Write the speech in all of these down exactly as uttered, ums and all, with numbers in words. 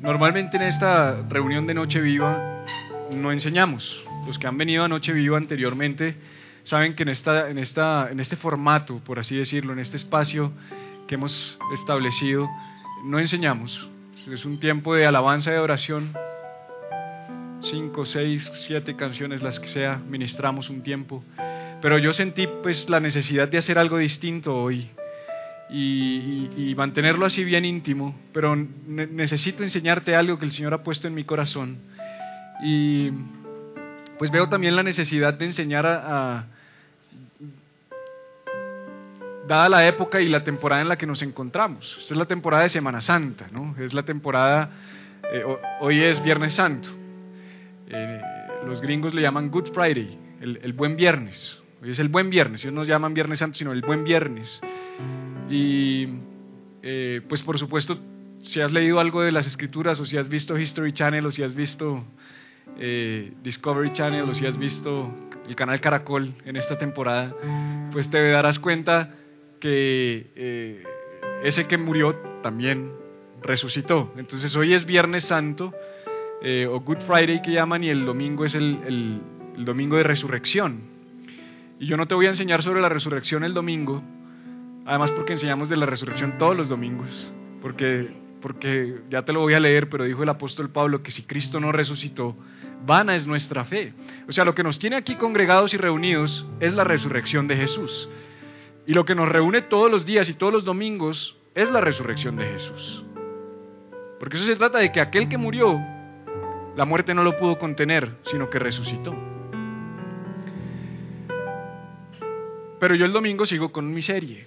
Normalmente en esta reunión de Noche Viva no enseñamos. Los que han venido a Noche Viva anteriormente saben que en, esta, en, esta, en este formato, por así decirlo, en este espacio que hemos establecido, no enseñamos. Es un tiempo de alabanza y de oración. Cinco, seis, siete canciones, las que sea, ministramos un tiempo. Pero yo sentí pues la necesidad de hacer algo distinto hoy. Y, y, y mantenerlo así bien íntimo, pero ne- necesito enseñarte algo que el Señor ha puesto en mi corazón. Y pues veo también la necesidad de enseñar a, a dada la época y la temporada en la que nos encontramos. Esta es la temporada de Semana Santa, ¿no? Es la temporada, eh, hoy es Viernes Santo. Eh, los gringos le llaman Good Friday, el, el buen viernes. Hoy es el buen viernes, ellos no llaman Viernes Santo, sino el buen viernes. Y eh, pues por supuesto, si has leído algo de las Escrituras, o si has visto History Channel, o si has visto eh, Discovery Channel, o si has visto el canal Caracol en esta temporada, pues te darás cuenta que eh, ese que murió también resucitó. Entonces hoy es Viernes Santo, eh, o Good Friday que llaman, y el domingo es el, el, el domingo de resurrección. Y yo no te voy a enseñar sobre la resurrección el domingo, además porque enseñamos de la resurrección todos los domingos, porque, porque ya te lo voy a leer, pero dijo el apóstol Pablo que si Cristo no resucitó, vana es nuestra fe. O sea, lo que nos tiene aquí congregados y reunidos es la resurrección de Jesús. Y lo que nos reúne todos los días y todos los domingos es la resurrección de Jesús. Porque eso se trata de que aquel que murió, la muerte no lo pudo contener, sino que resucitó. Pero yo el domingo sigo con mi serie.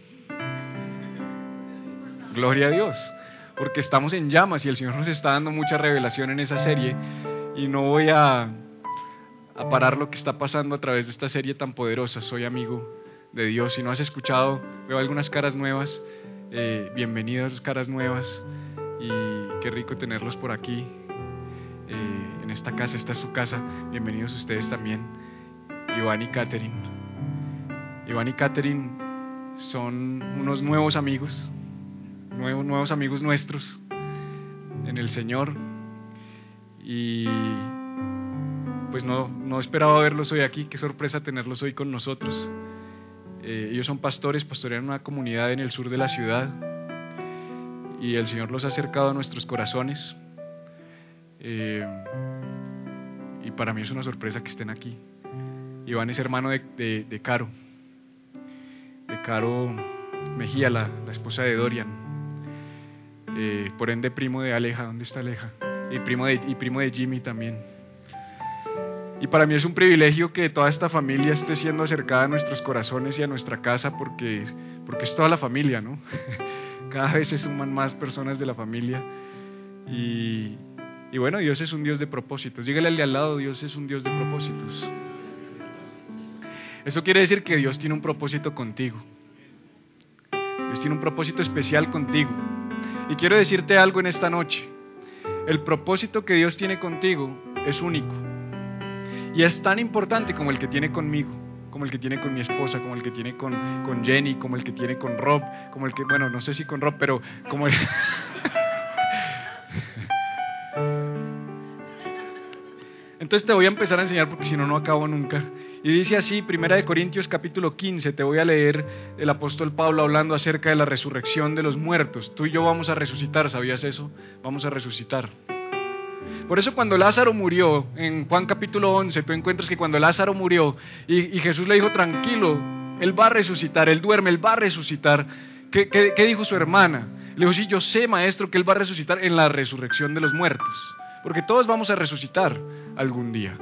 Gloria a Dios, porque estamos en llamas y el Señor nos está dando mucha revelación en esa serie, y no voy a, a parar lo que está pasando a través de esta serie tan poderosa. Soy amigo de Dios. Si no has escuchado, veo algunas caras nuevas, eh, bienvenidas caras nuevas, y qué rico tenerlos por aquí, eh, en esta casa. Esta es su casa, bienvenidos ustedes también. Iván y Catherine. Iván y Catherine son unos nuevos amigos, nuevos, nuevos amigos nuestros en el Señor, y pues no, no esperaba verlos hoy aquí. Qué sorpresa tenerlos hoy con nosotros. Eh, ellos son pastores, pastorean una comunidad en el sur de la ciudad, y el Señor los ha acercado a nuestros corazones, eh, y para mí es una sorpresa que estén aquí. Iván es hermano de, de, de Caro, de Caro Mejía, la, la esposa de Dorian, eh, por ende primo de Aleja. ¿Dónde está Aleja? Y primo de, y primo de Jimmy también. Y para mí es un privilegio que toda esta familia esté siendo acercada a nuestros corazones y a nuestra casa, porque, porque es toda la familia, ¿no? Cada vez se suman más personas de la familia. Y, y bueno, Dios es un Dios de propósitos. Dígale al de al lado, Dios es un Dios de propósitos. Eso quiere decir que Dios tiene un propósito contigo. Dios tiene un propósito especial contigo. Y quiero decirte algo en esta noche. El propósito que Dios tiene contigo es único. Y es tan importante como el que tiene conmigo, como el que tiene con mi esposa, como el que tiene con, con Jenny, como el que tiene con Rob, como el que, bueno, no sé si con Rob, pero como el... Entonces te voy a empezar a enseñar, porque si no, no acabo nunca. Y dice así, Primera de Corintios capítulo quince, te voy a leer el apóstol Pablo hablando acerca de la resurrección de los muertos. Tú y yo vamos a resucitar, ¿sabías eso? Vamos a resucitar. Por eso cuando Lázaro murió, en Juan capítulo once, tú encuentras que cuando Lázaro murió y, y Jesús le dijo, tranquilo, él va a resucitar, él duerme, él va a resucitar. ¿Qué, qué, qué dijo su hermana? Le dijo, sí, yo sé, maestro, que él va a resucitar en la resurrección de los muertos. Porque todos vamos a resucitar algún día.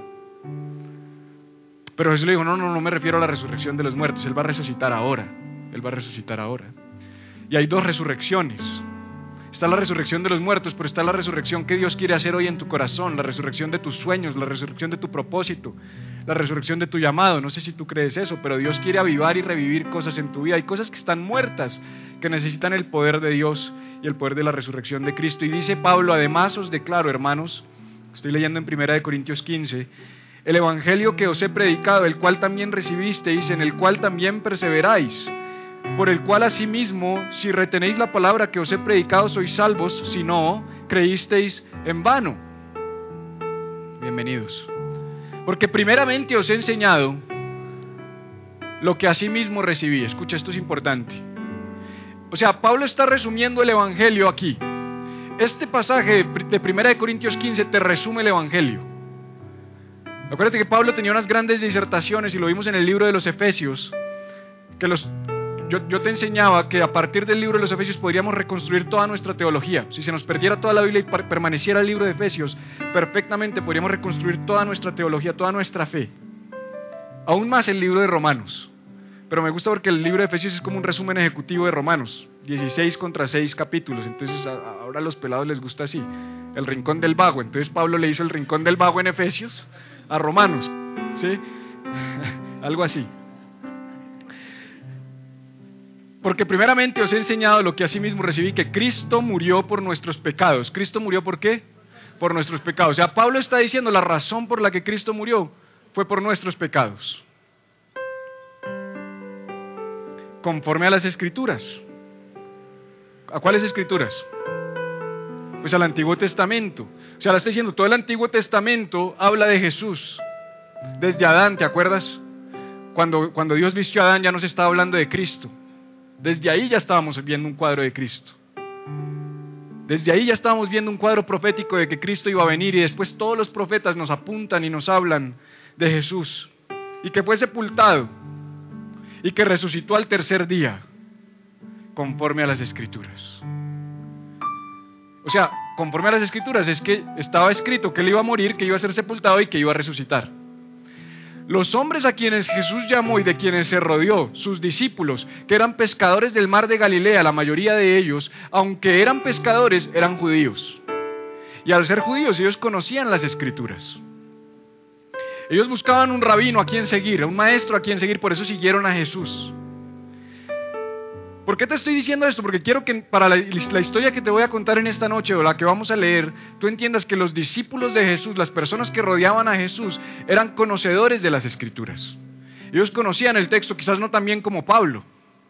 Pero Jesús le dijo, no, no, no me refiero a la resurrección de los muertos, él va a resucitar ahora, él va a resucitar ahora. Y hay dos resurrecciones. Está la resurrección de los muertos, pero está la resurrección que Dios quiere hacer hoy en tu corazón, la resurrección de tus sueños, la resurrección de tu propósito, la resurrección de tu llamado. No sé si tú crees eso, pero Dios quiere avivar y revivir cosas en tu vida. Hay cosas que están muertas, que necesitan el poder de Dios y el poder de la resurrección de Cristo. Y dice Pablo, además os declaro, hermanos, estoy leyendo en Primera de Corintios quince, el evangelio que os he predicado, el cual también recibisteis, en el cual también perseveráis, por el cual asimismo, si retenéis la palabra que os he predicado, sois salvos, si no, creísteis en vano. Bienvenidos. Porque primeramente os he enseñado lo que asimismo recibí. Escucha, esto es importante. O sea, Pablo está resumiendo el Evangelio aquí. Este pasaje de primera de Corintios quince te resume el Evangelio. Acuérdate que Pablo tenía unas grandes disertaciones y lo vimos en el libro de los Efesios, que los, yo, yo te enseñaba que a partir del libro de los Efesios podríamos reconstruir toda nuestra teología. Si se nos perdiera toda la Biblia y permaneciera el libro de Efesios, perfectamente podríamos reconstruir toda nuestra teología, toda nuestra fe. Aún más el libro de Romanos. Pero me gusta porque el libro de Efesios es como un resumen ejecutivo de Romanos, dieciséis contra seis capítulos. Entonces a, ahora a los pelados les gusta así, el rincón del vago. Entonces Pablo le hizo el rincón del vago en Efesios a Romanos, ¿sí? Algo así. Porque primeramente os he enseñado lo que asimismo recibí, que Cristo murió por nuestros pecados. ¿Cristo murió por qué? Por nuestros pecados. O sea, Pablo está diciendo la razón por la que Cristo murió fue por nuestros pecados. Conforme a las Escrituras. ¿A cuáles Escrituras? Pues al Antiguo Testamento. O sea, le está diciendo, todo el Antiguo Testamento habla de Jesús. Desde Adán, ¿te acuerdas? Cuando, cuando Dios vistió a Adán ya nos estaba hablando de Cristo. Desde ahí ya estábamos viendo un cuadro de Cristo. Desde ahí ya estábamos viendo un cuadro profético de que Cristo iba a venir, y después todos los profetas nos apuntan y nos hablan de Jesús. Y que fue sepultado. Y que resucitó al tercer día, conforme a las Escrituras. O sea, conforme a las Escrituras es que estaba escrito que él iba a morir, que iba a ser sepultado y que iba a resucitar. Los hombres a quienes Jesús llamó y de quienes se rodeó, sus discípulos, que eran pescadores del mar de Galilea, la mayoría de ellos, aunque eran pescadores, eran judíos. Y al ser judíos, ellos conocían las Escrituras. Ellos buscaban un rabino a quien seguir, un maestro a quien seguir, por eso siguieron a Jesús. ¿Por qué te estoy diciendo esto? Porque quiero que para la, la historia que te voy a contar en esta noche, o la que vamos a leer, tú entiendas que los discípulos de Jesús, las personas que rodeaban a Jesús, eran conocedores de las Escrituras. Ellos conocían el texto, quizás no tan bien como Pablo.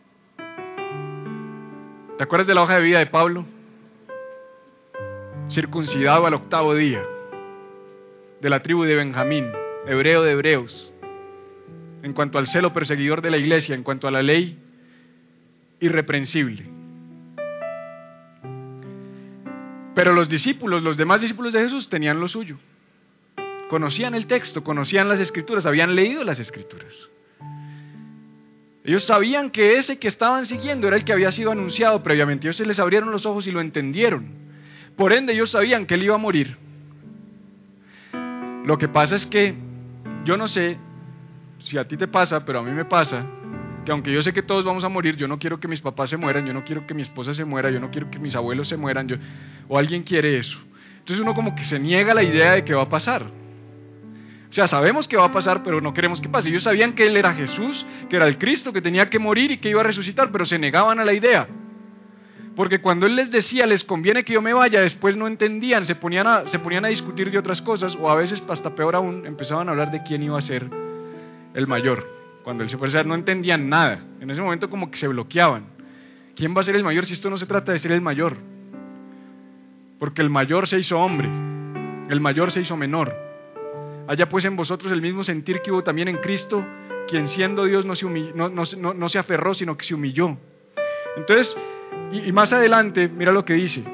¿Te acuerdas de la hoja de vida de Pablo? Circuncidado al octavo día, de la tribu de Benjamín, hebreo de hebreos, en cuanto al celo perseguidor de la iglesia, en cuanto a la ley, irreprensible. Pero los discípulos, los demás discípulos de Jesús tenían lo suyo. Conocían el texto, conocían las Escrituras, habían leído las Escrituras. Ellos sabían que ese que estaban siguiendo era el que había sido anunciado previamente. Ellos se les abrieron los ojos y lo entendieron. Por ende, ellos sabían que él iba a morir. Lo que pasa es que yo no sé si a ti te pasa, pero a mí me pasa que aunque yo sé que todos vamos a morir, yo no quiero que mis papás se mueran, yo no quiero que mi esposa se muera, yo no quiero que mis abuelos se mueran, yo, o alguien quiere eso. Entonces uno como que se niega a la idea de que va a pasar. O sea, sabemos que va a pasar, pero no queremos que pase. Ellos sabían que él era Jesús, que era el Cristo, que tenía que morir y que iba a resucitar, pero se negaban a la idea. Porque cuando él les decía, les conviene que yo me vaya, después no entendían, se ponían a, se ponían a discutir de otras cosas, o a veces, hasta peor aún, empezaban a hablar de quién iba a ser el mayor. Cuando él se fue a ser, no entendían nada. En ese momento como que se bloqueaban. ¿Quién va a ser el mayor si esto no se trata de ser el mayor? Porque el mayor se hizo hombre, el mayor se hizo menor. Haya pues en vosotros el mismo sentir que hubo también en Cristo, quien siendo Dios no se, humilló, no, no, no, no se aferró, sino que se humilló. Entonces, y, y más adelante, mira lo que dice.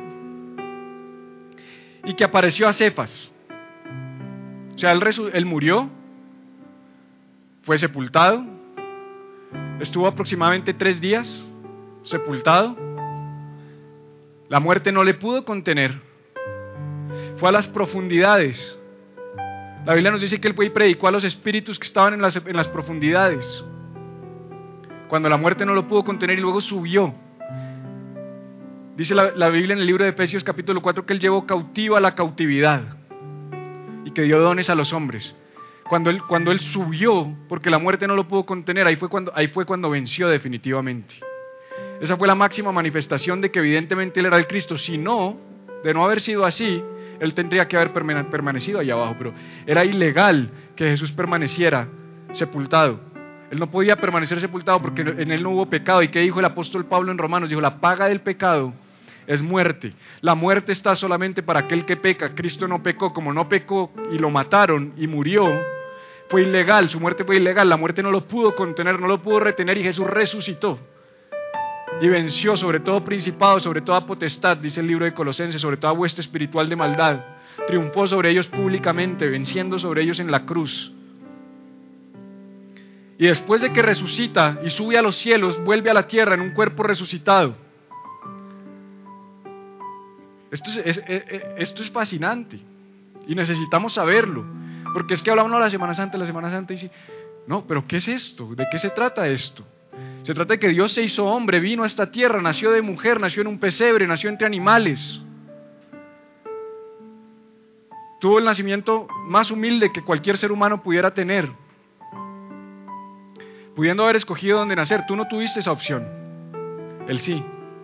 Y que apareció a Cefas. O sea, él, resu- él murió, fue sepultado, estuvo aproximadamente tres días sepultado, la muerte no le pudo contener, fue a las profundidades. La Biblia nos dice que él fue y predicó a los espíritus que estaban en las, en las profundidades, cuando la muerte no lo pudo contener, y luego subió. Dice la, la Biblia en el libro de Efesios capítulo cuatro que él llevó cautiva la cautividad y que dio dones a los hombres. Cuando él, cuando él subió, porque la muerte no lo pudo contener, ahí fue, cuando, ahí fue cuando venció definitivamente. Esa fue la máxima manifestación de que evidentemente él era el Cristo. Si no, de no haber sido así, él tendría que haber permanecido allá abajo, pero era ilegal que Jesús permaneciera sepultado. Él no podía permanecer sepultado porque en él no hubo pecado. ¿Y qué dijo el apóstol Pablo en Romanos? Dijo, la paga del pecado es muerte. La muerte está solamente para aquel que peca. Cristo no pecó, como no pecó y lo mataron y murió, fue ilegal, su muerte fue ilegal, la muerte no lo pudo contener, no lo pudo retener y Jesús resucitó. Y venció sobre todo principado, sobre toda potestad, dice el libro de Colosenses, sobre toda hueste espiritual de maldad. Triunfó sobre ellos públicamente, venciendo sobre ellos en la cruz. Y después de que resucita y sube a los cielos, vuelve a la tierra en un cuerpo resucitado. Esto es, es, es, esto es fascinante y necesitamos saberlo, porque es que hablamos de la Semana Santa, la Semana Santa y dice, no, pero ¿qué es esto? ¿De qué se trata esto? Se trata de que Dios se hizo hombre, vino a esta tierra, nació de mujer, nació en un pesebre, nació entre animales. Tuvo el nacimiento más humilde que cualquier ser humano pudiera tener, pudiendo haber escogido dónde nacer. Tú no tuviste esa opción, él sí.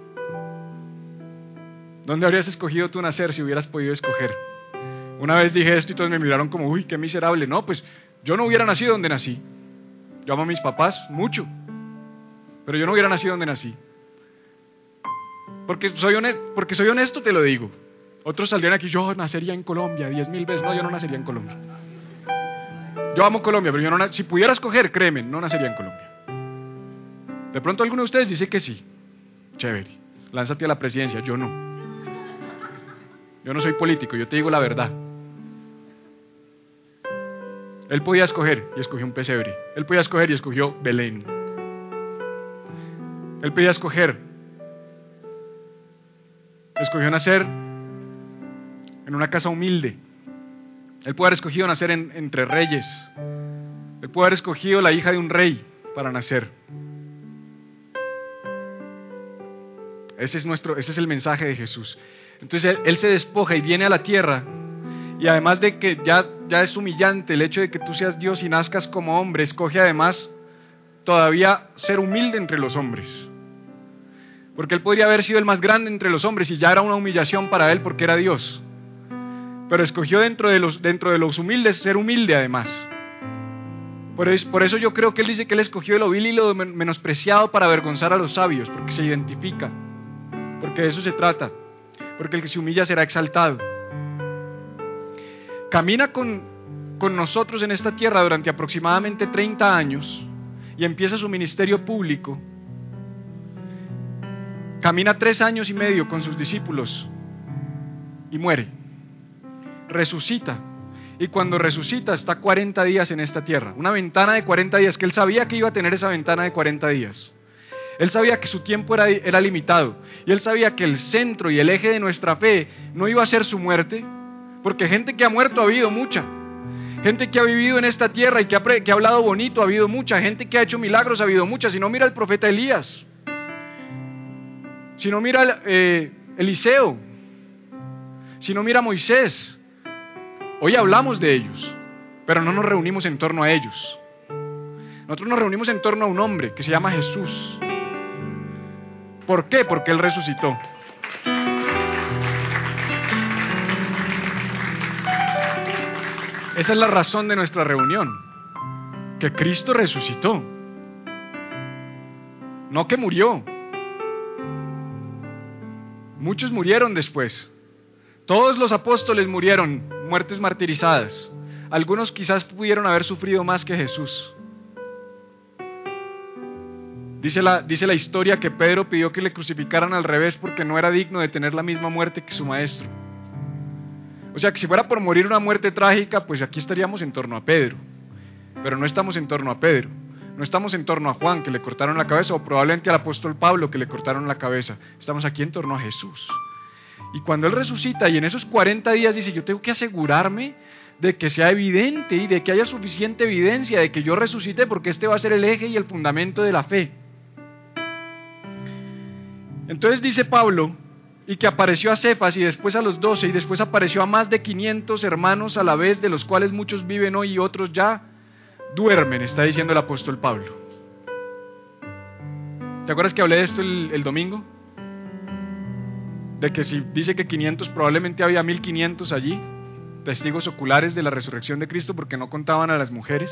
¿Dónde habrías escogido tú nacer si hubieras podido escoger? Una vez dije esto y todos me miraron como, uy, qué miserable. No, pues yo no hubiera nacido donde nací. Yo amo a mis papás mucho, pero yo no hubiera nacido donde nací. Porque soy honesto, porque soy honesto te lo digo. Otros saldrían aquí, yo nacería en Colombia diez mil veces. No, yo no nacería en Colombia. Yo amo Colombia, pero yo no, si pudiera escoger, créeme, no nacería en Colombia. De pronto alguno de ustedes dice que sí. Chévere, lánzate a la presidencia. Yo no. Yo no soy político, yo te digo la verdad. Él podía escoger y escogió un pesebre. Él podía escoger y escogió Belén. Él podía escoger. Escogió nacer en una casa humilde. Él pudo haber escogido nacer en, entre reyes. Él pudo haber escogido la hija de un rey para nacer. Ese es nuestro, ese es el mensaje de Jesús. Entonces él, él se despoja y viene a la tierra. Y además de que ya, ya es humillante el hecho de que tú seas Dios y nazcas como hombre, escoge además todavía ser humilde entre los hombres. Porque él podría haber sido el más grande entre los hombres y ya era una humillación para él porque era Dios. Pero escogió dentro de los, dentro de los humildes ser humilde además. Por eso, por eso yo creo que él dice que él escogió lo vil y lo menospreciado para avergonzar a los sabios, porque se identifica, porque de eso se trata, porque el que se humilla será exaltado. Camina con, con nosotros en esta tierra durante aproximadamente treinta años y empieza su ministerio público. Camina tres años y medio con sus discípulos y muere. Resucita, y cuando resucita está cuarenta días en esta tierra, una ventana de cuarenta días, que él sabía que iba a tener esa ventana de cuarenta días. Él sabía que su tiempo era, era limitado, y él sabía que el centro y el eje de nuestra fe no iba a ser su muerte, porque gente que ha muerto ha habido mucha, gente que ha vivido en esta tierra y que ha, que ha hablado bonito ha habido mucha, gente que ha hecho milagros ha habido mucha. Si no, mira el profeta Elías, si no, mira eh, Eliseo, si no, mira Moisés. Hoy hablamos de ellos, pero no nos reunimos en torno a ellos. Nosotros nos reunimos en torno a un hombre que se llama Jesús. ¿Por qué? Porque Él resucitó. Esa es la razón de nuestra reunión, que Cristo resucitó, no que murió. Muchos murieron después. Todos los apóstoles murieron, muertes martirizadas. Algunos quizás pudieron haber sufrido más que Jesús. Dice la, dice la historia que Pedro pidió que le crucificaran al revés porque no era digno de tener la misma muerte que su maestro. O sea que si fuera por morir una muerte trágica, pues aquí estaríamos en torno a Pedro. Pero no estamos en torno a Pedro. No estamos en torno a Juan, que le cortaron la cabeza, o probablemente al apóstol Pablo, que le cortaron la cabeza. Estamos aquí en torno a Jesús. Y cuando Él resucita y en esos cuarenta días dice, yo tengo que asegurarme de que sea evidente y de que haya suficiente evidencia de que yo resucité, porque este va a ser el eje y el fundamento de la fe. Entonces dice Pablo, y que apareció a Cefas y después a los doce y después apareció a más de quinientos hermanos a la vez, de los cuales muchos viven hoy y otros ya duermen, está diciendo el apóstol Pablo. ¿Te acuerdas que hablé de esto el, el domingo? De que si dice que quinientos, probablemente había mil quinientos allí, testigos oculares de la resurrección de Cristo, porque no contaban a las mujeres.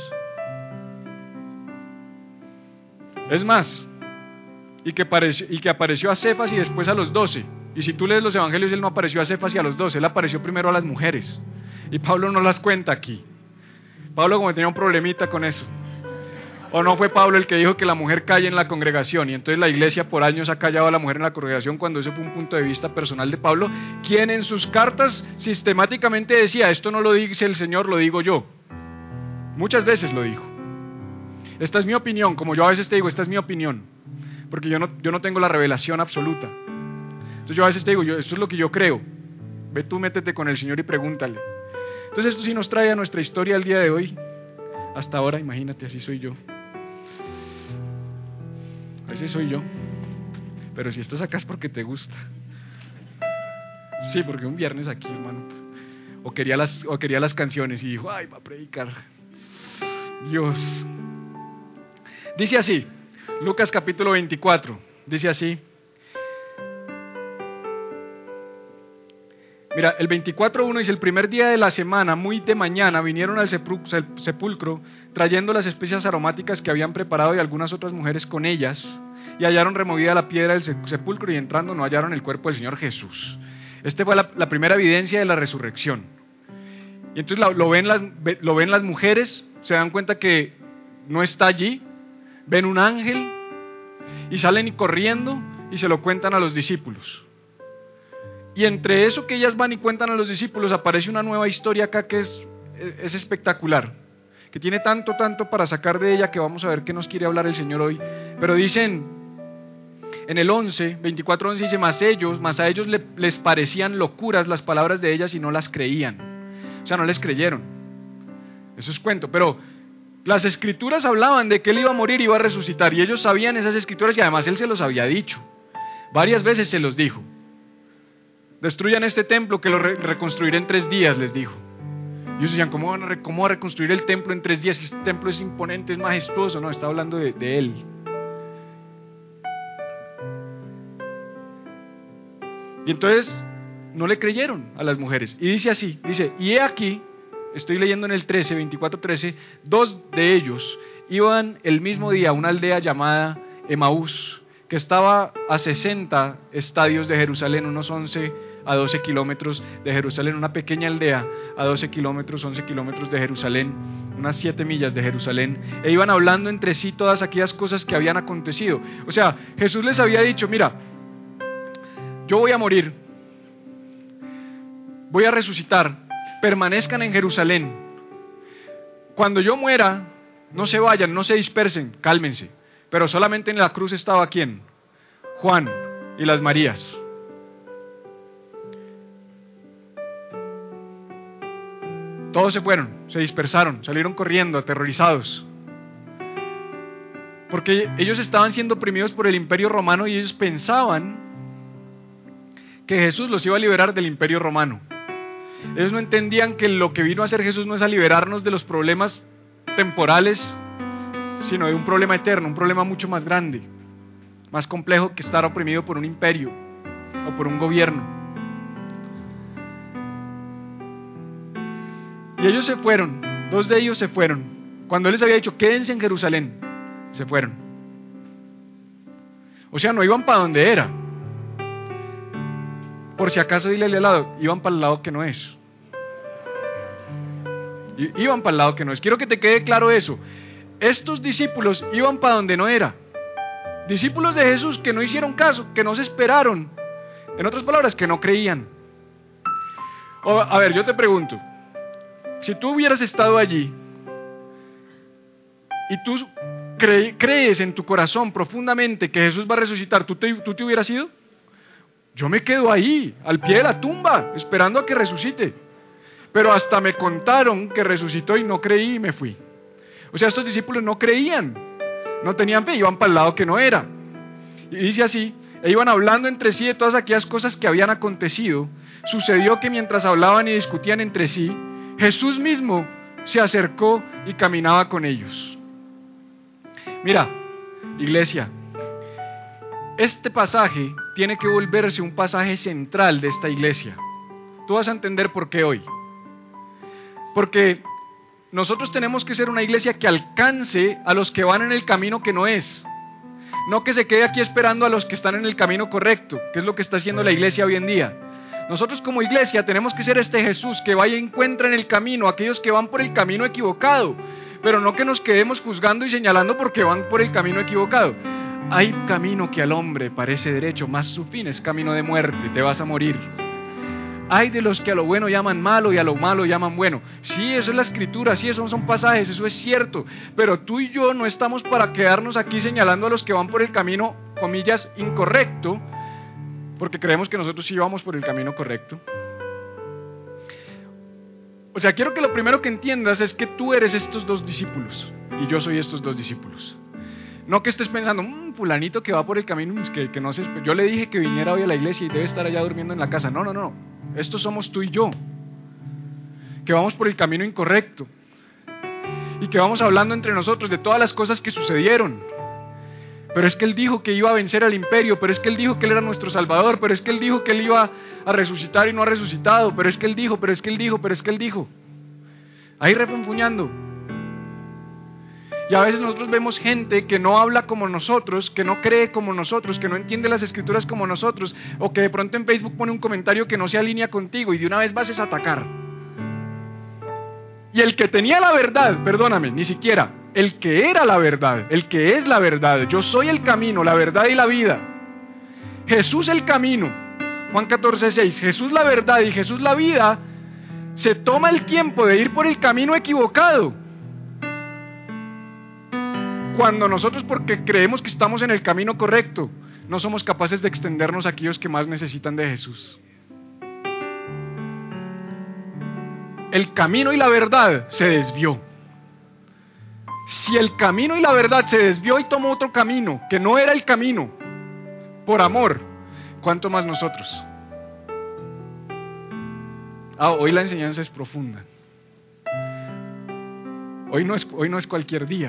Es más, y que apareció, y que apareció a Cefas y después a los doce. Y si tú lees los evangelios, Él no apareció a Cefas y a los dos, Él apareció primero a las mujeres. Y Pablo no las cuenta aquí. Pablo como tenía un problemita con eso. ¿O no fue Pablo el que dijo que la mujer calle en la congregación? Y entonces la iglesia por años ha callado a la mujer en la congregación, cuando ese fue un punto de vista personal de Pablo, quien en sus cartas sistemáticamente decía, esto no lo dice el Señor, lo digo yo. Muchas veces lo dijo. Esta es mi opinión, como yo a veces te digo, esta es mi opinión, porque yo no, yo no tengo la revelación absoluta. Entonces yo a veces te digo, yo, esto es lo que yo creo. Ve tú, métete con el Señor y pregúntale. Entonces esto sí nos trae a nuestra historia al día de hoy. Hasta ahora, imagínate, así soy yo. Ese soy yo. Pero si estás acá es porque te gusta. Sí, porque un viernes aquí, hermano. O quería las, o quería las canciones y dijo, ay, va a predicar. Dios. Dice así, Lucas capítulo veinticuatro. Dice así. Mira, el veinticuatro uno dice, el primer día de la semana, muy de mañana, vinieron al sepulcro trayendo las especias aromáticas que habían preparado y algunas otras mujeres con ellas, y hallaron removida la piedra del sepulcro y entrando no hallaron el cuerpo del Señor Jesús. Esta fue la, la primera evidencia de la resurrección. Y entonces lo, lo, ven las, lo ven las mujeres, se dan cuenta que no está allí, ven un ángel y salen corriendo y se lo cuentan a los discípulos. Y entre eso que ellas van y cuentan a los discípulos aparece una nueva historia acá que es, es espectacular, que tiene tanto, tanto para sacar de ella que vamos a ver qué nos quiere hablar el Señor hoy. Pero dicen, en el once, veinticuatro once dice, mas ellos, mas a ellos le, les parecían locuras las palabras de ellas y no las creían. O sea, no les creyeron. Eso es cuento, pero las escrituras hablaban de que Él iba a morir y iba a resucitar, y ellos sabían esas escrituras y además Él se los había dicho. Varias veces se los dijo. Destruyan este templo que lo re- reconstruiré en tres días, les dijo. Y ellos decían, ¿cómo van a, re- ¿cómo va a reconstruir el templo en tres días? Este templo es imponente, es majestuoso. No, está hablando de, de Él. Y entonces no le creyeron a las mujeres. Y dice así, dice, y he aquí, estoy leyendo en el trece, veinticuatro trece, dos de ellos iban el mismo día a una aldea llamada Emaús, que estaba a sesenta estadios de Jerusalén, unos once a doce kilómetros de Jerusalén, una pequeña aldea a doce kilómetros, once kilómetros de Jerusalén, unas siete millas de Jerusalén, e iban hablando entre sí todas aquellas cosas que habían acontecido. O sea, Jesús les había dicho, mira, yo voy a morir, voy a resucitar, permanezcan en Jerusalén. Cuando yo muera, no se vayan, no se dispersen, cálmense. Pero solamente en la cruz estaba ¿quién? Juan y las Marías. Todos se fueron, se dispersaron, salieron corriendo, aterrorizados. Porque ellos estaban siendo oprimidos por el Imperio Romano y ellos pensaban que Jesús los iba a liberar del Imperio Romano. Ellos no entendían que lo que vino a hacer Jesús no es a liberarnos de los problemas temporales, sino de un problema eterno, un problema mucho más grande, más complejo que estar oprimido por un imperio o por un gobierno. Y ellos se fueron, dos de ellos se fueron. Cuando Él les había dicho, quédense en Jerusalén, se fueron. O sea, no iban para donde era. Por si acaso dile al lado, iban para el lado que no es. I- iban para el lado que no es. Quiero que te quede claro eso. Estos discípulos iban para donde no era. Discípulos de Jesús que no hicieron caso, que no se esperaron. En otras palabras, que no creían. O, a ver, yo te pregunto, si tú hubieras estado allí y tú cre- crees en tu corazón profundamente que Jesús va a resucitar, ¿tú te, ¿tú te hubieras ido? Yo me quedo ahí, al pie de la tumba, esperando a que resucite. Pero hasta me contaron que resucitó y no creí y me fui. O sea, estos discípulos no creían, no tenían fe, iban para el lado que no era. Y dice así, e iban hablando entre sí de todas aquellas cosas que habían acontecido. Sucedió que mientras hablaban y discutían entre sí, Jesús mismo se acercó y caminaba con ellos. Mira, iglesia, este pasaje tiene que volverse un pasaje central de esta iglesia. Tú vas a entender por qué hoy. Porque nosotros tenemos que ser una iglesia que alcance a los que van en el camino que no es. No que se quede aquí esperando a los que están en el camino correcto, que es lo que está haciendo la iglesia hoy en día. Nosotros como iglesia tenemos que ser este Jesús que vaya y encuentra en el camino a aquellos que van por el camino equivocado, pero no que nos quedemos juzgando y señalando porque van por el camino equivocado. Hay camino que al hombre parece derecho, mas su fin es camino de muerte, te vas a morir. Hay de los que a lo bueno llaman malo y a lo malo llaman bueno. Sí, eso es la escritura, sí, esos son pasajes, eso es cierto, pero tú y yo no estamos para quedarnos aquí señalando a los que van por el camino, comillas, incorrecto, porque creemos que nosotros sí vamos por el camino correcto. O sea, quiero que lo primero que entiendas es que tú eres estos dos discípulos y yo soy estos dos discípulos. No que estés pensando, mmm, fulanito que va por el camino, que, que no sé, yo le dije que viniera hoy a la iglesia y debe estar allá durmiendo en la casa. No, no, no, estos somos tú y yo, que vamos por el camino incorrecto y que vamos hablando entre nosotros de todas las cosas que sucedieron. Pero es que Él dijo que iba a vencer al imperio, pero es que Él dijo que Él era nuestro Salvador, pero es que Él dijo que Él iba a resucitar y no ha resucitado, pero es que Él dijo, pero es que Él dijo, pero es que Él dijo. Ahí refunfuñando. Y a veces nosotros vemos gente que no habla como nosotros, que no cree como nosotros, que no entiende las escrituras como nosotros, o que de pronto en Facebook pone un comentario que no se alinea contigo y de una vez vas a atacar. Y el que tenía la verdad, perdóname, ni siquiera, el que era la verdad, el que es la verdad, yo soy el camino, la verdad y la vida. Jesús el camino, Juan catorce seis, Jesús la verdad y Jesús la vida, se toma el tiempo de ir por el camino equivocado. Cuando nosotros, porque creemos que estamos en el camino correcto, no somos capaces de extendernos a aquellos que más necesitan de Jesús. El camino y la verdad se desvió. Si el camino y la verdad se desvió y tomó otro camino, que no era el camino, por amor, ¿cuánto más nosotros? Ah, hoy la enseñanza es profunda. Hoy no es, hoy no es cualquier día.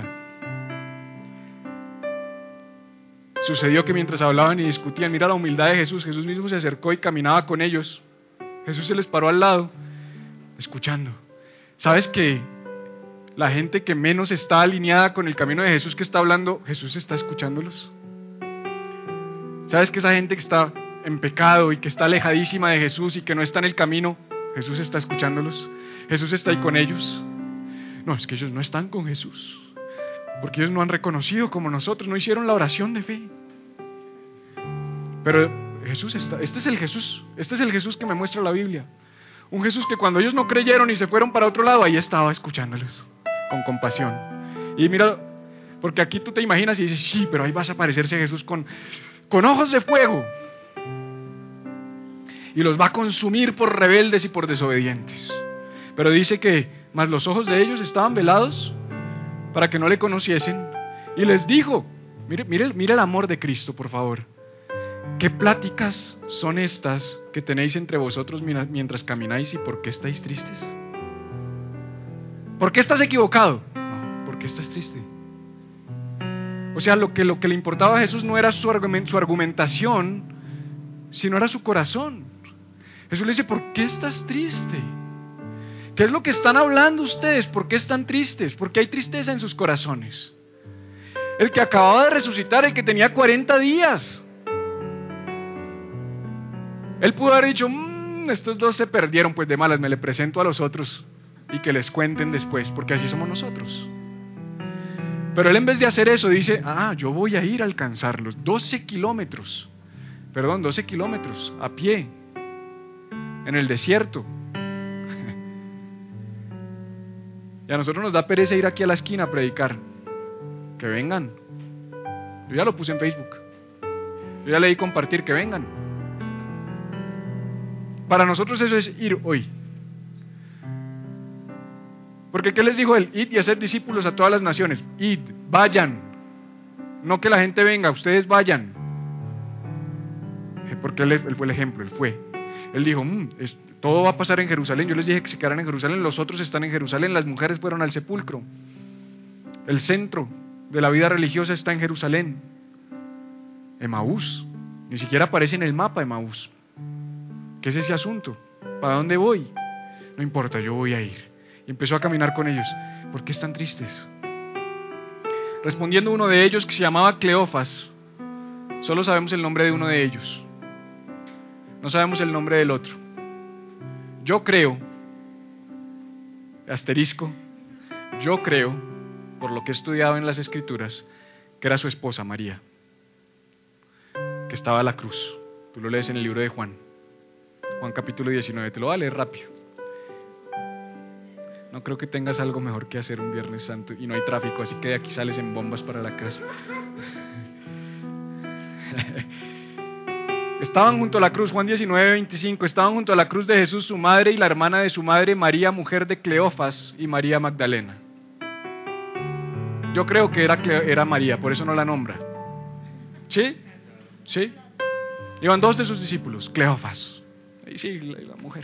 Sucedió que mientras hablaban y discutían, mira la humildad de Jesús, Jesús mismo se acercó y caminaba con ellos. Jesús se les paró al lado, escuchando. ¿Sabes que la gente que menos está alineada con el camino de Jesús que está hablando, Jesús está escuchándolos? ¿Sabes que esa gente que está en pecado y que está alejadísima de Jesús y que no está en el camino, Jesús está escuchándolos? Jesús está ahí con ellos. No, es que ellos no están con Jesús, porque ellos no han reconocido como nosotros, no hicieron la oración de fe. Pero Jesús está, este es el Jesús, este es el Jesús que me muestra la Biblia. Un Jesús que cuando ellos no creyeron y se fueron para otro lado, ahí estaba escuchándolos con compasión. Y mira, porque aquí tú te imaginas y dices, sí, pero ahí vas a aparecerse Jesús con, con ojos de fuego. Y los va a consumir por rebeldes y por desobedientes. Pero dice que, más los ojos de ellos estaban velados para que no le conociesen. Y les dijo, mire, mire, mire el amor de Cristo, por favor. ¿Qué pláticas son estas que tenéis entre vosotros mientras camináis y por qué estáis tristes? ¿Por qué estás equivocado? No, ¿por qué estás triste? O sea, lo que, lo que le importaba a Jesús no era su, argument, su argumentación, sino era su corazón. Jesús le dice, ¿por qué estás triste? ¿Qué es lo que están hablando ustedes? ¿Por qué están tristes? ¿Por qué hay tristeza en sus corazones? El que acababa de resucitar, el que tenía cuarenta días. Él pudo haber dicho, mmm, estos dos se perdieron, pues de malas, me le presento a los otros y que les cuenten después, porque así somos nosotros. Pero él en vez de hacer eso dice, ah, yo voy a ir a alcanzarlos, doce kilómetros, perdón, doce kilómetros a pie, en el desierto. Y a nosotros nos da pereza ir aquí a la esquina a predicar. Que vengan. Yo ya lo puse en Facebook. Yo ya le di compartir, que vengan. Para nosotros eso es ir hoy. Porque ¿qué les dijo él? Id y hacer discípulos a todas las naciones. Id, vayan. No que la gente venga, ustedes vayan. Porque él, él fue el ejemplo, él fue. Él dijo, mmm, es, todo va a pasar en Jerusalén. Yo les dije que se quedaran en Jerusalén, los otros están en Jerusalén, las mujeres fueron al sepulcro. El centro de la vida religiosa está en Jerusalén. Emaús, ni siquiera aparece en el mapa Emaús. ¿Qué es ese asunto? ¿Para dónde voy? No importa, yo voy a ir. Y empezó a caminar con ellos. ¿Por qué están tristes? Respondiendo uno de ellos, que se llamaba Cleofas, Solo sabemos el nombre de uno de ellos. No sabemos el nombre del otro. Yo creo, asterisco, yo creo, por lo que he estudiado en las Escrituras, que era su esposa María, que estaba a la cruz. Tú lo lees en el libro de Juan, Juan capítulo diecinueve, te lo voy a leer rápido. No creo que tengas algo mejor que hacer un Viernes Santo y no hay tráfico, así que de aquí sales en bombas para la casa. Estaban junto a la cruz, Juan diecinueve, veinticinco, estaban junto a la cruz de Jesús su madre y la hermana de su madre, María, mujer de Cleofas, y María Magdalena. Yo creo que era, era María, por eso no la nombra. ¿Sí? ¿Sí? Iban dos de sus discípulos, Cleofas. Y sí, la, la mujer.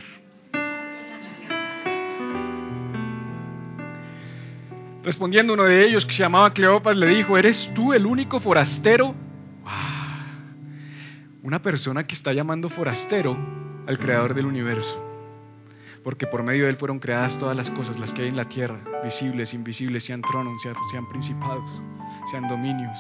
Respondiendo uno de ellos, que se llamaba Cleofas, le dijo: ¿eres tú el único forastero? Una persona que está llamando forastero al creador del universo, porque por medio de él fueron creadas todas las cosas, las que hay en la tierra, visibles, invisibles, sean tronos, sean, sean principados, sean dominios.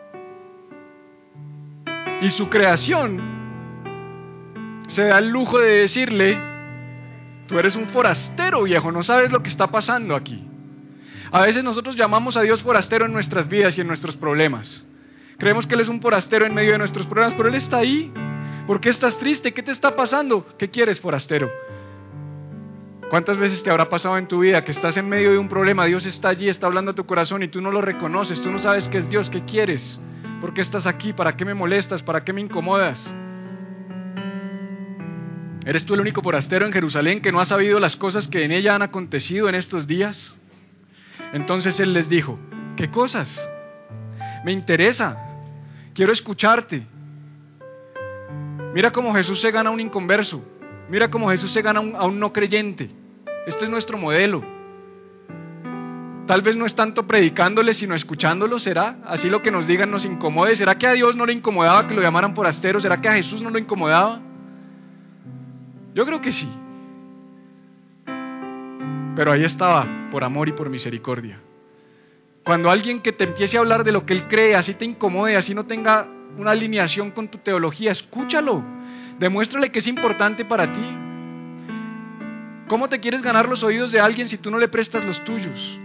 Y su creación se da el lujo de decirle: tú eres un forastero, viejo, no sabes lo que está pasando aquí. A veces nosotros llamamos a Dios forastero en nuestras vidas y en nuestros problemas. Creemos que Él es un forastero en medio de nuestros problemas, pero Él está ahí. ¿Por qué estás triste? ¿Qué te está pasando? ¿Qué quieres, forastero? ¿Cuántas veces te habrá pasado en tu vida que estás en medio de un problema? Dios está allí, está hablando a tu corazón y tú no lo reconoces, tú no sabes que es Dios. ¿Qué quieres? ¿Por qué estás aquí? ¿Para qué me molestas? ¿Para qué me incomodas? ¿Eres tú el único forastero en Jerusalén que no ha sabido las cosas que en ella han acontecido en estos días? Entonces Él les dijo: ¿qué cosas? Me interesa. Quiero escucharte. Mira cómo Jesús se gana a un inconverso. Mira cómo Jesús se gana a un, a un no creyente. Este es nuestro modelo. Tal vez no es tanto predicándole, sino escuchándolo. ¿Será? Así lo que nos digan nos incomode. ¿Será que a Dios no le incomodaba que lo llamaran forastero? ¿Será que a Jesús no lo incomodaba? Yo creo que sí. Pero ahí estaba, por amor y por misericordia. Cuando alguien que te empiece a hablar de lo que él cree, así te incomode, así no tenga una alineación con tu teología, escúchalo, demuéstrale que es importante para ti. ¿Cómo te quieres ganar los oídos de alguien si tú no le prestas los tuyos?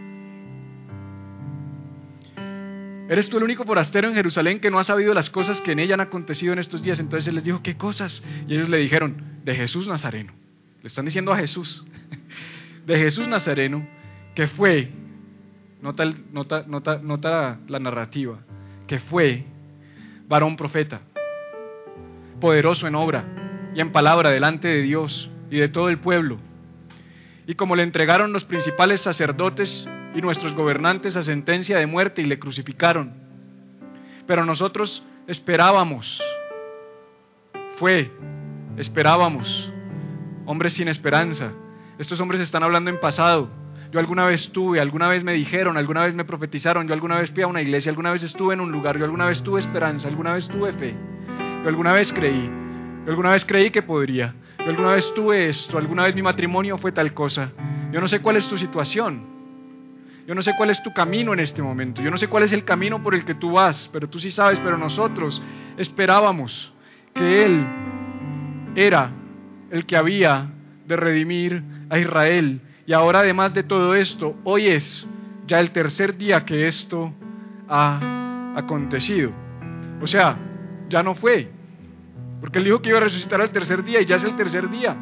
¿Eres tú el único forastero en Jerusalén que no ha sabido las cosas que en ella han acontecido en estos días? Entonces él les dijo: ¿qué cosas? Y ellos le dijeron: de Jesús Nazareno. Le están diciendo a Jesús. De Jesús Nazareno, que fue... Nota, nota, nota, nota la narrativa, que fue varón profeta, poderoso en obra y en palabra delante de Dios y de todo el pueblo. Y como le entregaron los principales sacerdotes y nuestros gobernantes a sentencia de muerte y le crucificaron. Pero nosotros esperábamos, fue, esperábamos, hombres sin esperanza. Estos hombres están hablando en pasado. Yo alguna vez tuve, alguna vez me dijeron, alguna vez me profetizaron, yo alguna vez fui a una iglesia, alguna vez estuve en un lugar, yo alguna vez tuve esperanza, alguna vez tuve fe, yo alguna vez creí, yo alguna vez creí que podría, yo alguna vez tuve esto, alguna vez mi matrimonio fue tal cosa. Yo no sé cuál es tu situación, yo no sé cuál es tu camino en este momento, yo no sé cuál es el camino por el que tú vas, pero tú sí sabes. Pero nosotros esperábamos que Él era el que había de redimir a Israel. Y ahora, además de todo esto, hoy es ya el tercer día que esto ha acontecido. O sea, ya no fue, porque Él dijo que iba a resucitar al tercer día y ya es el tercer día.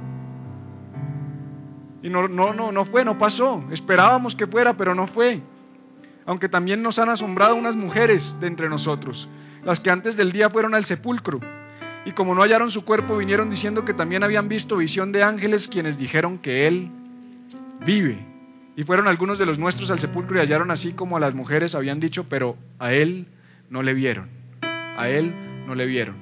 Y no, no, no, no fue, no pasó. Esperábamos que fuera, pero no fue. Aunque también nos han asombrado unas mujeres de entre nosotros, las que antes del día fueron al sepulcro. Y como no hallaron su cuerpo, vinieron diciendo que también habían visto visión de ángeles, quienes dijeron que Él vive. Y fueron algunos de los nuestros al sepulcro y hallaron así como a las mujeres habían dicho, pero a Él no le vieron. A Él no le vieron.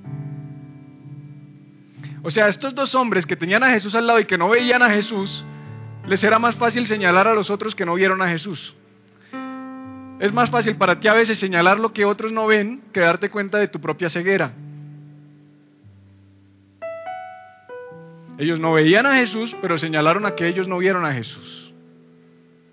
O sea, estos dos hombres que tenían a Jesús al lado y que no veían a Jesús, les era más fácil señalar a los otros que no vieron a Jesús. Es más fácil para ti a veces señalar lo que otros no ven que darte cuenta de tu propia ceguera. Ellos no veían a Jesús, pero señalaron a que ellos no vieron a Jesús.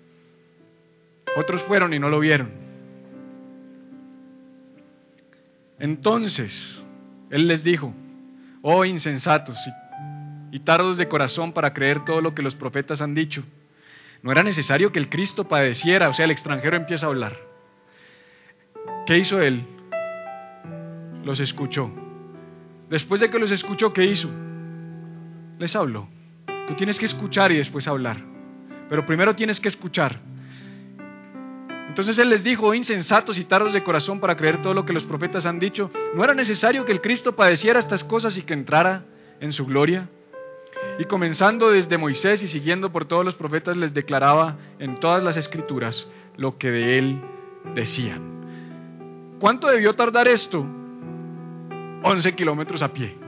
Otros fueron y no lo vieron. Entonces, Él les dijo: oh insensatos y, y tardos de corazón para creer todo lo que los profetas han dicho. ¿No era necesario que el Cristo padeciera? O sea, el extranjero empieza a hablar. ¿Qué hizo Él? Los escuchó. Después de que los escuchó, ¿qué hizo? Les habló. Tú tienes que escuchar y después hablar. Pero primero tienes que escuchar. Entonces Él les dijo: oh insensatos y tardos de corazón para creer todo lo que los profetas han dicho. ¿No era necesario que el Cristo padeciera estas cosas y que entrara en su gloria? Y comenzando desde Moisés y siguiendo por todos los profetas, les declaraba en todas las escrituras lo que de Él decían. ¿Cuánto debió tardar esto? once kilómetros a pie.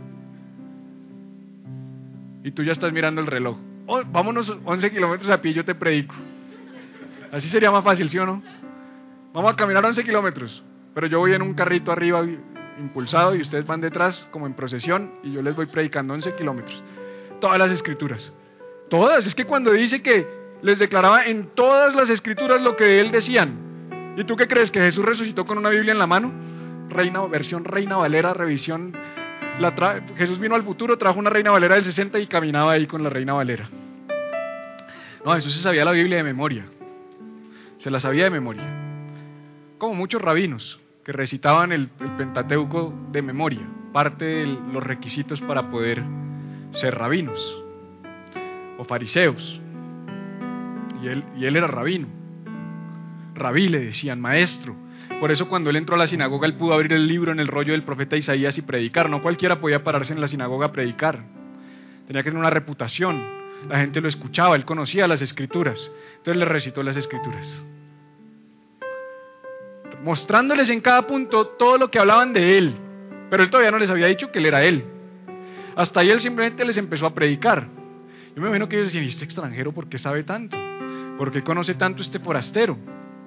Y tú ya estás mirando el reloj. Oh, vámonos once kilómetros a pie y yo te predico. Así sería más fácil, ¿sí o no? Vamos a caminar once kilómetros, pero yo voy en un carrito arriba impulsado y ustedes van detrás como en procesión y yo les voy predicando once kilómetros. Todas las escrituras. Todas. Es que cuando dice que les declaraba en todas las escrituras lo que de Él decían. ¿Y tú qué crees? ¿Que Jesús resucitó con una Biblia en la mano? Reina, versión Reina Valera, revisión. La tra- Jesús vino al futuro, trajo una Reina Valera del sesenta y caminaba ahí con la Reina Valera. No, Jesús se sabía la Biblia de memoria. Se la sabía de memoria. Como muchos rabinos que recitaban el, el Pentateuco de memoria, parte de los requisitos para poder ser rabinos o fariseos. Y él, y él era rabino. Rabí le decían, maestro. Por eso cuando él entró a la sinagoga, él pudo abrir el libro en el rollo del profeta Isaías y predicar. No cualquiera podía pararse en la sinagoga a predicar. Tenía que tener una reputación. La gente lo escuchaba, él conocía las escrituras. Entonces le recitó las escrituras, mostrándoles en cada punto todo lo que hablaban de él. Pero él todavía no les había dicho que él era él. Hasta ahí él simplemente les empezó a predicar. Yo me imagino que ellos decían: ¿y este extranjero por qué sabe tanto? ¿Por qué conoce tanto este forastero?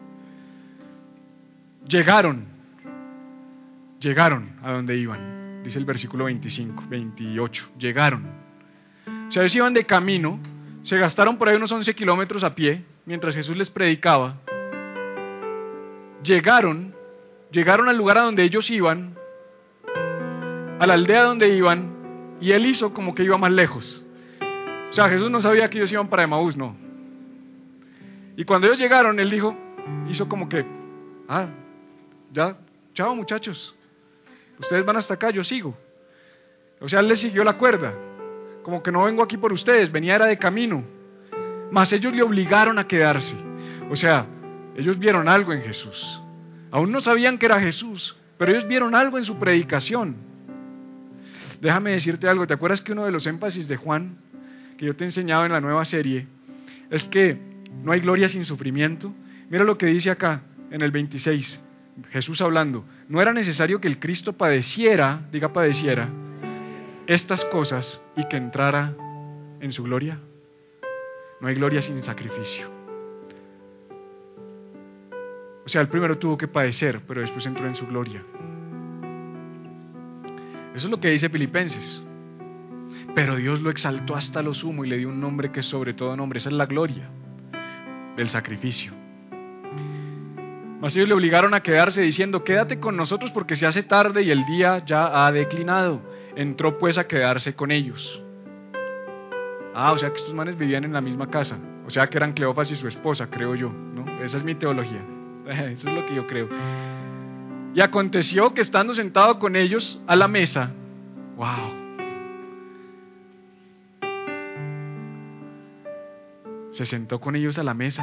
Llegaron, llegaron a donde iban, dice el versículo veinticinco, veintiocho, llegaron. O sea, ellos iban de camino, se gastaron por ahí unos once kilómetros a pie, mientras Jesús les predicaba. Llegaron, llegaron al lugar a donde ellos iban, a la aldea donde iban, y Él hizo como que iba más lejos. O sea, Jesús no sabía que ellos iban para Emaús, no. Y cuando ellos llegaron, Él dijo, hizo como que, ah, ya, chao muchachos, ustedes van hasta acá, yo sigo. O sea, Él les siguió la cuerda, como que no vengo aquí por ustedes, venía era de camino. Mas ellos le obligaron a quedarse. O sea, ellos vieron algo en Jesús. Aún no sabían que era Jesús, pero ellos vieron algo en su predicación. Déjame decirte algo, ¿te acuerdas que uno de los énfasis de Juan, que yo te enseñaba en la nueva serie, es que no hay gloria sin sufrimiento? Mira lo que dice acá en el veintiséis, Jesús hablando: ¿no era necesario que el Cristo padeciera, diga padeciera, estas cosas y que entrara en su gloria? No hay gloria sin sacrificio. O sea, el primero tuvo que padecer, pero después entró en su gloria. Eso es lo que dice Filipenses. Pero Dios lo exaltó hasta lo sumo y le dio un nombre que es sobre todo nombre. Esa es la gloria del sacrificio. Mas ellos le obligaron a quedarse diciendo: quédate con nosotros porque se hace tarde y el día ya ha declinado. Entró pues a quedarse con ellos. Ah, o sea que estos manes vivían en la misma casa. O sea que eran Cleofas y su esposa, creo yo, ¿no? Esa es mi teología. Eso es lo que yo creo. Y aconteció que estando sentado con ellos a la mesa, wow, se sentó con ellos a la mesa.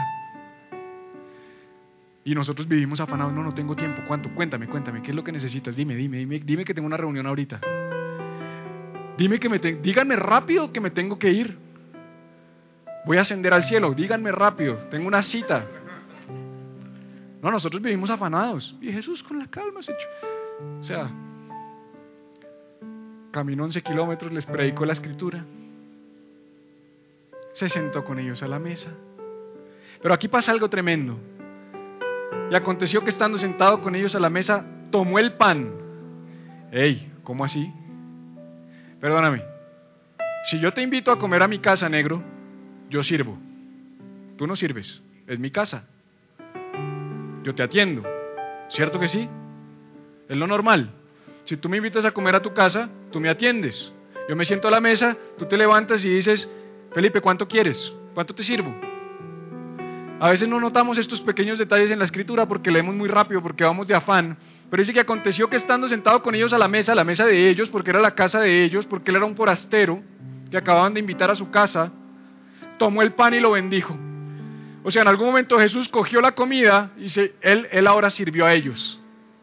Y nosotros vivimos afanados: no, no tengo tiempo. ¿Cuánto? Cuéntame, cuéntame, ¿qué es lo que necesitas? Dime, dime, dime, dime que tengo una reunión ahorita. Dime que me te... díganme rápido que me tengo que ir. Voy a ascender al cielo, díganme rápido, tengo una cita. No, nosotros vivimos afanados. Y Jesús con la calma se echó. O sea, caminó once kilómetros, les predicó la escritura, se sentó con ellos a la mesa. Pero aquí pasa algo tremendo. Y aconteció que estando sentado con ellos a la mesa, tomó el pan. Ey, ¿cómo así? Perdóname. Si yo te invito a comer a mi casa, negro, yo sirvo. Tú no sirves, es mi casa. Yo te atiendo, ¿cierto que sí? Es lo normal. Si tú me invitas a comer a tu casa, tú me atiendes. Yo me siento a la mesa, tú te levantas y dices, Felipe, ¿cuánto quieres? ¿Cuánto te sirvo? A veces no notamos estos pequeños detalles en la Escritura porque leemos muy rápido, porque vamos de afán. Pero dice que aconteció que estando sentado con ellos a la mesa, la mesa de ellos, porque era la casa de ellos, porque él era un forastero que acababan de invitar a su casa, tomó el pan y lo bendijo. O sea, en algún momento Jesús cogió la comida y se, él, él ahora sirvió a ellos.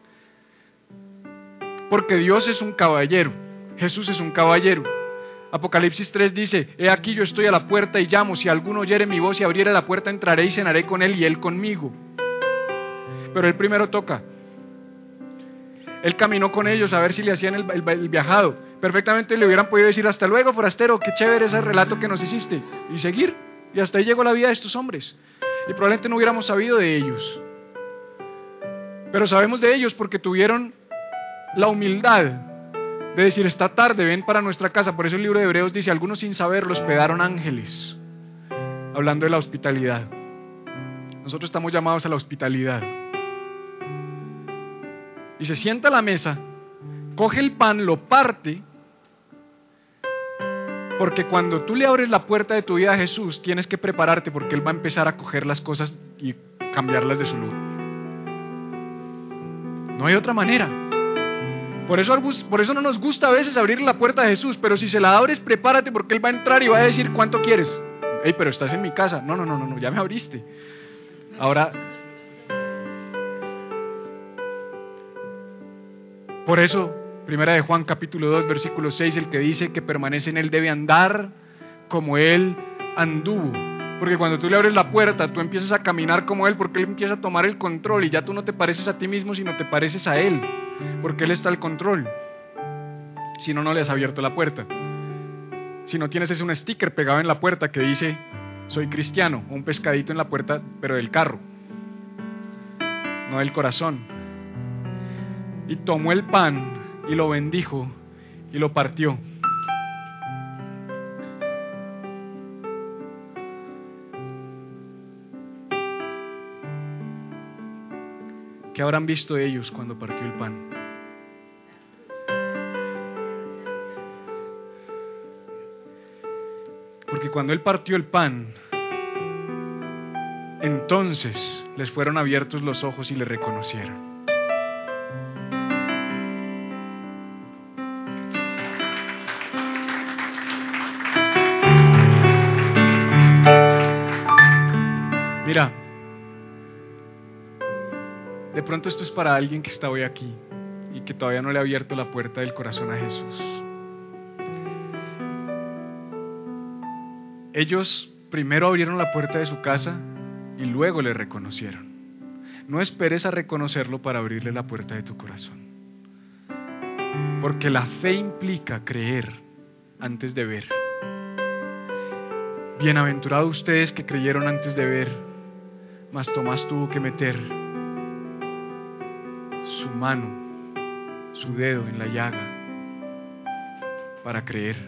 Porque Dios es un caballero, Jesús es un caballero. Apocalipsis tres dice, he aquí yo estoy a la puerta y llamo, si alguno oyere mi voz y abriere la puerta, entraré y cenaré con él y él conmigo. Pero él primero toca. Él caminó con ellos a ver si le hacían el, el, el viajado. Perfectamente le hubieran podido decir, hasta luego, forastero, qué chévere ese relato que nos hiciste, y seguir. Y hasta ahí llegó la vida de estos hombres. Y probablemente no hubiéramos sabido de ellos. Pero sabemos de ellos porque tuvieron la humildad de decir, esta tarde ven para nuestra casa. Por eso el libro de Hebreos dice, algunos sin saberlo hospedaron ángeles, hablando de la hospitalidad. Nosotros estamos llamados a la hospitalidad. Y se sienta a la mesa, coge el pan, lo parte, porque cuando tú le abres la puerta de tu vida a Jesús, tienes que prepararte porque Él va a empezar a coger las cosas y cambiarlas de su lugar. No hay otra manera. Por eso, por eso no nos gusta a veces abrir la puerta a Jesús, pero si se la abres, prepárate porque Él va a entrar y va a decir, ¿cuánto quieres? Hey, pero estás en mi casa. No, no, no, no, ya me abriste. Ahora, por eso, Primera de Juan capítulo dos, versículo seis, el que dice que permanece en Él debe andar como Él anduvo. Porque cuando tú le abres la puerta, tú empiezas a caminar como Él, porque Él empieza a tomar el control y ya tú no te pareces a ti mismo, sino te pareces a Él, porque Él está al control. Si no, no le has abierto la puerta. Si no tienes, es un sticker pegado en la puerta que dice, soy cristiano, o un pescadito en la puerta, pero del carro, no del corazón. Y tomó el pan y lo bendijo y lo partió. ¿Qué habrán visto ellos cuando partió el pan? Porque cuando Él partió el pan, entonces les fueron abiertos los ojos y le reconocieron. Mira, de pronto esto es para alguien que está hoy aquí y que todavía no le ha abierto la puerta del corazón a Jesús. Ellos primero abrieron la puerta de su casa y luego le reconocieron. No esperes a reconocerlo para abrirle la puerta de tu corazón. Porque la fe implica creer antes de ver. Bienaventurados ustedes que creyeron antes de ver, mas Tomás tuvo que meter su mano, su dedo en la llaga para creer.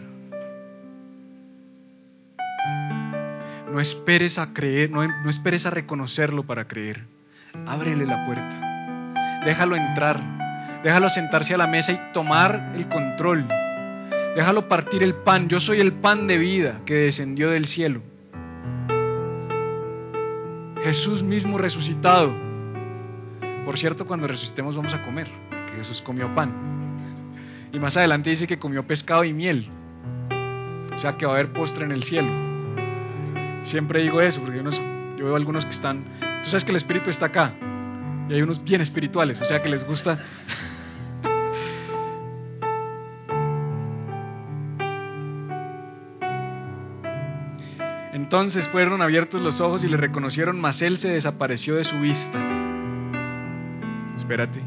No esperes a creer, no, no esperes a reconocerlo para creer. Ábrele la puerta. Déjalo entrar. Déjalo sentarse a la mesa y tomar el control. Déjalo partir el pan. Yo soy el pan de vida que descendió del cielo. Jesús mismo resucitado. Por cierto, cuando resucitemos vamos a comer, porque Jesús comió pan. Y más adelante dice que comió pescado y miel. O sea que va a haber postre en el cielo. Siempre digo eso, porque unos, yo veo algunos que están... Tú sabes que el espíritu está acá. Y hay unos bien espirituales, o sea que les gusta... Entonces fueron abiertos los ojos y le reconocieron, mas él se desapareció de su vista. Espérate.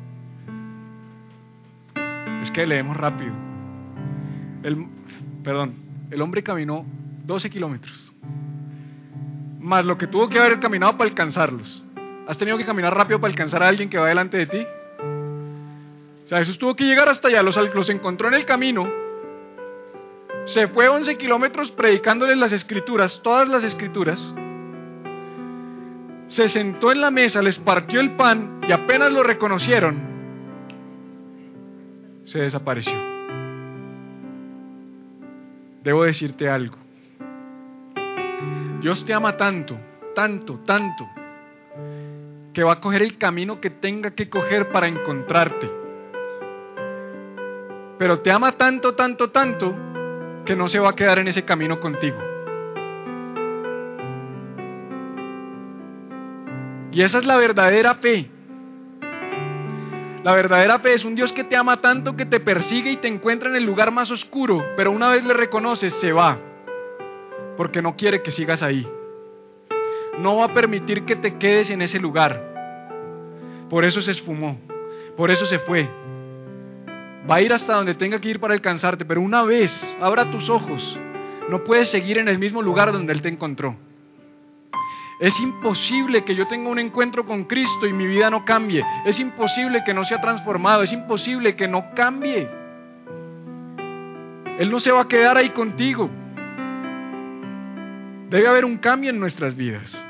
Es que leemos rápido. El, perdón, el hombre caminó doce kilómetros. Más lo que tuvo que haber caminado para alcanzarlos. ¿Has tenido que caminar rápido para alcanzar a alguien que va delante de ti? O sea, Jesús tuvo que llegar hasta allá, los, los encontró en el camino. Se fue once kilómetros predicándoles las escrituras, todas las escrituras. Se sentó en la mesa, les partió el pan y apenas lo reconocieron, se desapareció. Debo decirte algo. Dios te ama tanto, tanto, tanto, que va a coger el camino que tenga que coger para encontrarte. Pero te ama tanto, tanto, tanto, que no se va a quedar en ese camino contigo. Y esa es la verdadera fe. La verdadera fe es un Dios que te ama tanto que te persigue y te encuentra en el lugar más oscuro, pero una vez le reconoces, se va, porque no quiere que sigas ahí. No va a permitir que te quedes en ese lugar. Por eso se esfumó, por eso se fue. Va a ir hasta donde tenga que ir para alcanzarte, pero una vez abra tus ojos, no puedes seguir en el mismo lugar donde Él te encontró. Es imposible que yo tenga un encuentro con Cristo y mi vida no cambie. Es imposible que no sea transformado. Es imposible que no cambie. Él no se va a quedar ahí contigo. Debe haber un cambio en nuestras vidas.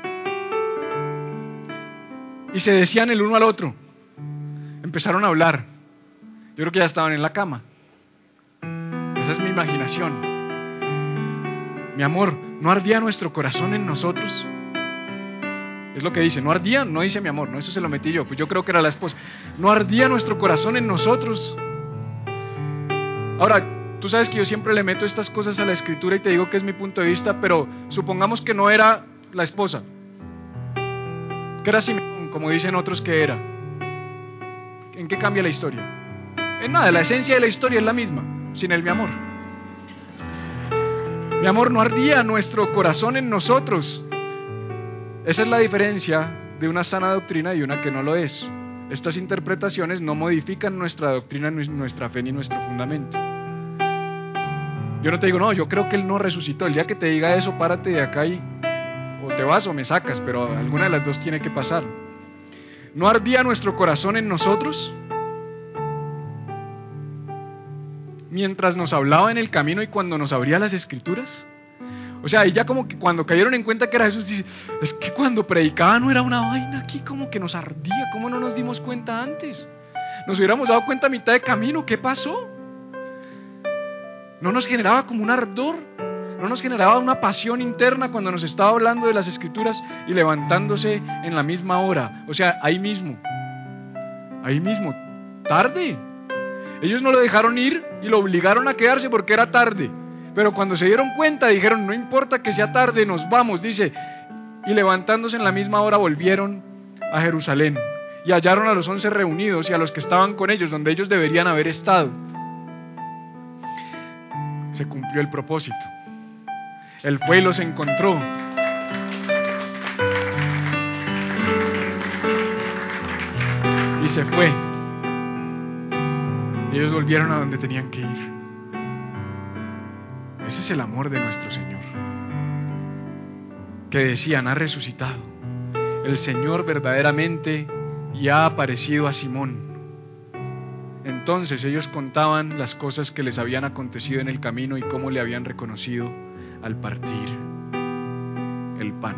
Y se decían el uno al otro. Empezaron a hablar. Yo creo que ya estaban en la cama. Esa es mi imaginación. Mi amor, ¿no ardía nuestro corazón en nosotros? Es lo que dice, no ardía, no dice mi amor, no, eso se lo metí yo, pues yo creo que era la esposa. No ardía nuestro corazón en nosotros. Ahora, tú sabes que yo siempre le meto estas cosas a la escritura y te digo que es mi punto de vista, pero supongamos que no era la esposa, que era Simeón, como dicen otros que era. ¿En qué cambia la historia? En nada, la esencia de la historia es la misma, sin el mi amor. Mi amor, no ardía nuestro corazón en nosotros. Esa es la diferencia de una sana doctrina y una que no lo es. Estas interpretaciones no modifican nuestra doctrina, nuestra fe ni nuestro fundamento. Yo no te digo, no, yo creo que Él no resucitó. El día que te diga eso, párate de acá y o te vas o me sacas, pero alguna de las dos tiene que pasar. ¿No ardía nuestro corazón en nosotros? Mientras nos hablaba en el camino y cuando nos abría las escrituras. O sea, y ya como que cuando cayeron en cuenta que era Jesús, dice, es que cuando predicaba no era una vaina aquí como que nos ardía, ¿cómo no nos dimos cuenta antes? Nos hubiéramos dado cuenta a mitad de camino, ¿qué pasó? No nos generaba como un ardor, no nos generaba una pasión interna cuando nos estaba hablando de las escrituras y levantándose en la misma hora, o sea, ahí mismo, ahí mismo, tarde. Ellos no lo dejaron ir y lo obligaron a quedarse porque era tarde. Pero cuando se dieron cuenta dijeron, no importa que sea tarde, nos vamos, dice. Y levantándose en la misma hora volvieron a Jerusalén. Y hallaron a los once reunidos y a los que estaban con ellos, donde ellos deberían haber estado. Se cumplió el propósito. Él fue y los encontró. Y se fue. Y ellos volvieron a donde tenían que ir. Ese es el amor de nuestro Señor. Que decían, ha resucitado. El Señor verdaderamente ya ha aparecido a Simón. Entonces ellos contaban las cosas que les habían acontecido en el camino y cómo le habían reconocido al partir el pan.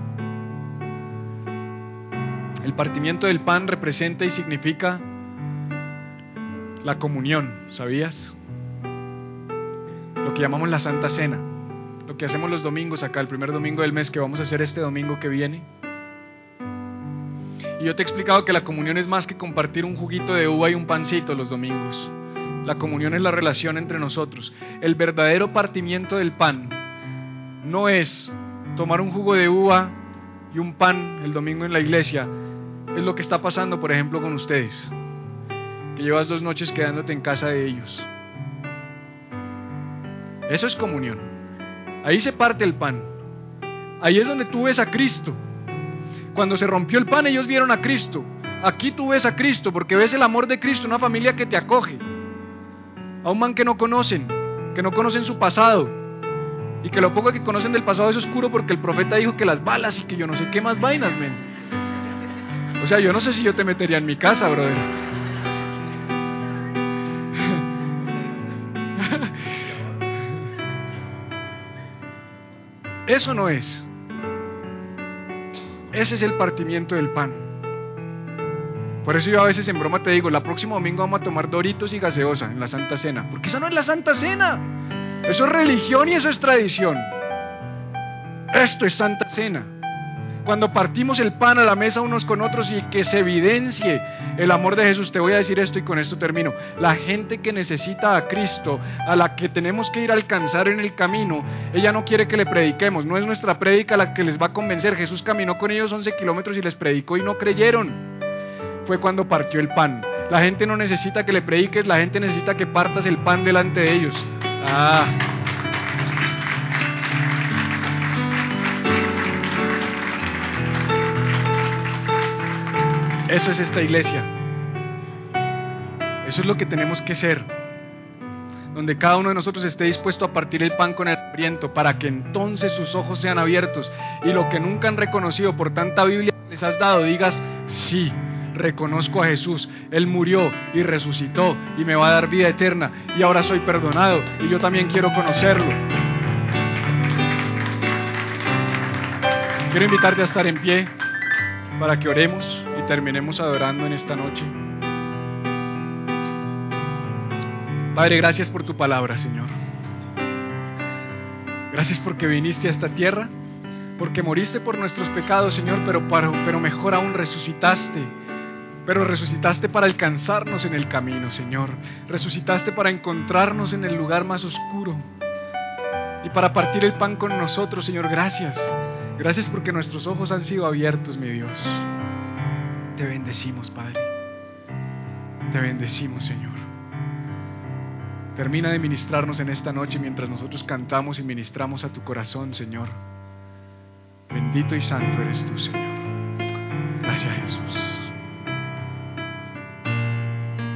El partimiento del pan representa y significa la comunión, ¿sabías? Lo que llamamos la Santa Cena, lo que hacemos los domingos acá, el primer domingo del mes que vamos a hacer este domingo que viene. Y yo te he explicado que la comunión es más que compartir un juguito de uva y un pancito los domingos. La comunión es la relación entre nosotros. El verdadero partimiento del pan no es tomar un jugo de uva y un pan el domingo en la iglesia. Es lo que está pasando, por ejemplo, con ustedes, que llevas dos noches quedándote en casa de ellos. Eso es comunión. Ahí se parte el pan. Ahí es donde tú ves a Cristo. Cuando se rompió el pan, ellos vieron a Cristo. Aquí tú ves a Cristo porque ves el amor de Cristo, una familia que te acoge. A un man que no conocen, que no conocen su pasado y que lo poco que conocen del pasado es oscuro porque el profeta dijo que las balas y que yo no sé qué más vainas, men. O sea, yo no sé si yo te metería en mi casa, brother. Eso no es. Ese es el partimiento del pan. Por eso yo a veces en broma te digo, la próxima domingo vamos a tomar Doritos y gaseosa en la Santa Cena, porque esa no es la Santa Cena. Eso es religión y eso es tradición. Esto es Santa Cena. Cuando partimos el pan a la mesa unos con otros y que se evidencie el amor de Jesús. Te voy a decir esto y con esto termino. La gente que necesita a Cristo, a la que tenemos que ir a alcanzar en el camino, ella no quiere que le prediquemos. No es nuestra prédica la que les va a convencer. Jesús caminó con ellos once kilómetros y les predicó y no creyeron. Fue cuando partió el pan. La gente no necesita que le prediques, la gente necesita que partas el pan delante de ellos. Ah. Eso es esta iglesia. Eso es lo que tenemos que ser. Donde cada uno de nosotros esté dispuesto a partir el pan con el hambriento, para que entonces sus ojos sean abiertos y lo que nunca han reconocido por tanta Biblia que les has dado, digas, sí, reconozco a Jesús, Él murió y resucitó y me va a dar vida eterna y ahora soy perdonado y yo también quiero conocerlo. Quiero invitarte a estar en pie para que oremos y terminemos adorando en esta noche. Padre, gracias por tu palabra, Señor. Gracias porque viniste a esta tierra, porque moriste por nuestros pecados, Señor, pero, para, pero mejor aún resucitaste. Pero resucitaste para alcanzarnos en el camino, Señor. Resucitaste para encontrarnos en el lugar más oscuro y para partir el pan con nosotros, Señor. Gracias. Gracias porque nuestros ojos han sido abiertos, mi Dios. Te bendecimos, Padre. Te bendecimos, Señor. Termina de ministrarnos en esta noche mientras nosotros cantamos y ministramos a tu corazón, Señor. Bendito y santo eres tú, Señor. Gracias, Jesús.